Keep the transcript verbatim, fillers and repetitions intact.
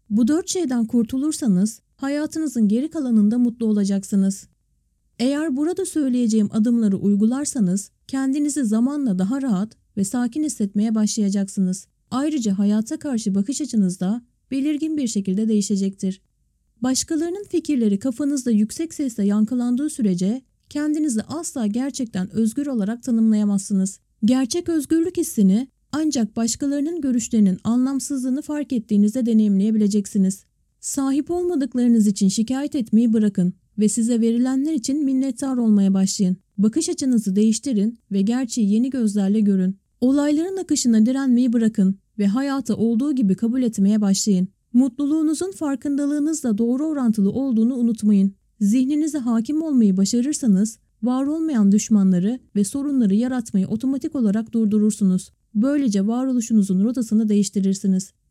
Bu dört şeyden kurtulursanız hayatınızın geri kalanında mutlu olacaksınız. Eğer burada söyleyeceğim adımları uygularsanız kendinizi zamanla daha rahat ve sakin hissetmeye başlayacaksınız. Ayrıca hayata karşı bakış açınız da belirgin bir şekilde değişecektir. Başkalarının fikirleri kafanızda yüksek sesle yankılandığı sürece kendinizi asla gerçekten özgür olarak tanımlayamazsınız. Gerçek özgürlük hissini ancak başkalarının görüşlerinin anlamsızlığını fark ettiğinizde deneyimleyebileceksiniz. Sahip olmadıklarınız için şikayet etmeyi bırakın ve size verilenler için minnettar olmaya başlayın. Bakış açınızı değiştirin ve gerçeği yeni gözlerle görün. Olayların akışına direnmeyi bırakın ve hayatı olduğu gibi kabul etmeye başlayın. Mutluluğunuzun farkındalığınızla doğru orantılı olduğunu unutmayın. Zihninize hakim olmayı başarırsanız var olmayan düşmanları ve sorunları yaratmayı otomatik olarak durdurursunuz. Böylece varoluşunuzun rotasını değiştirirsiniz.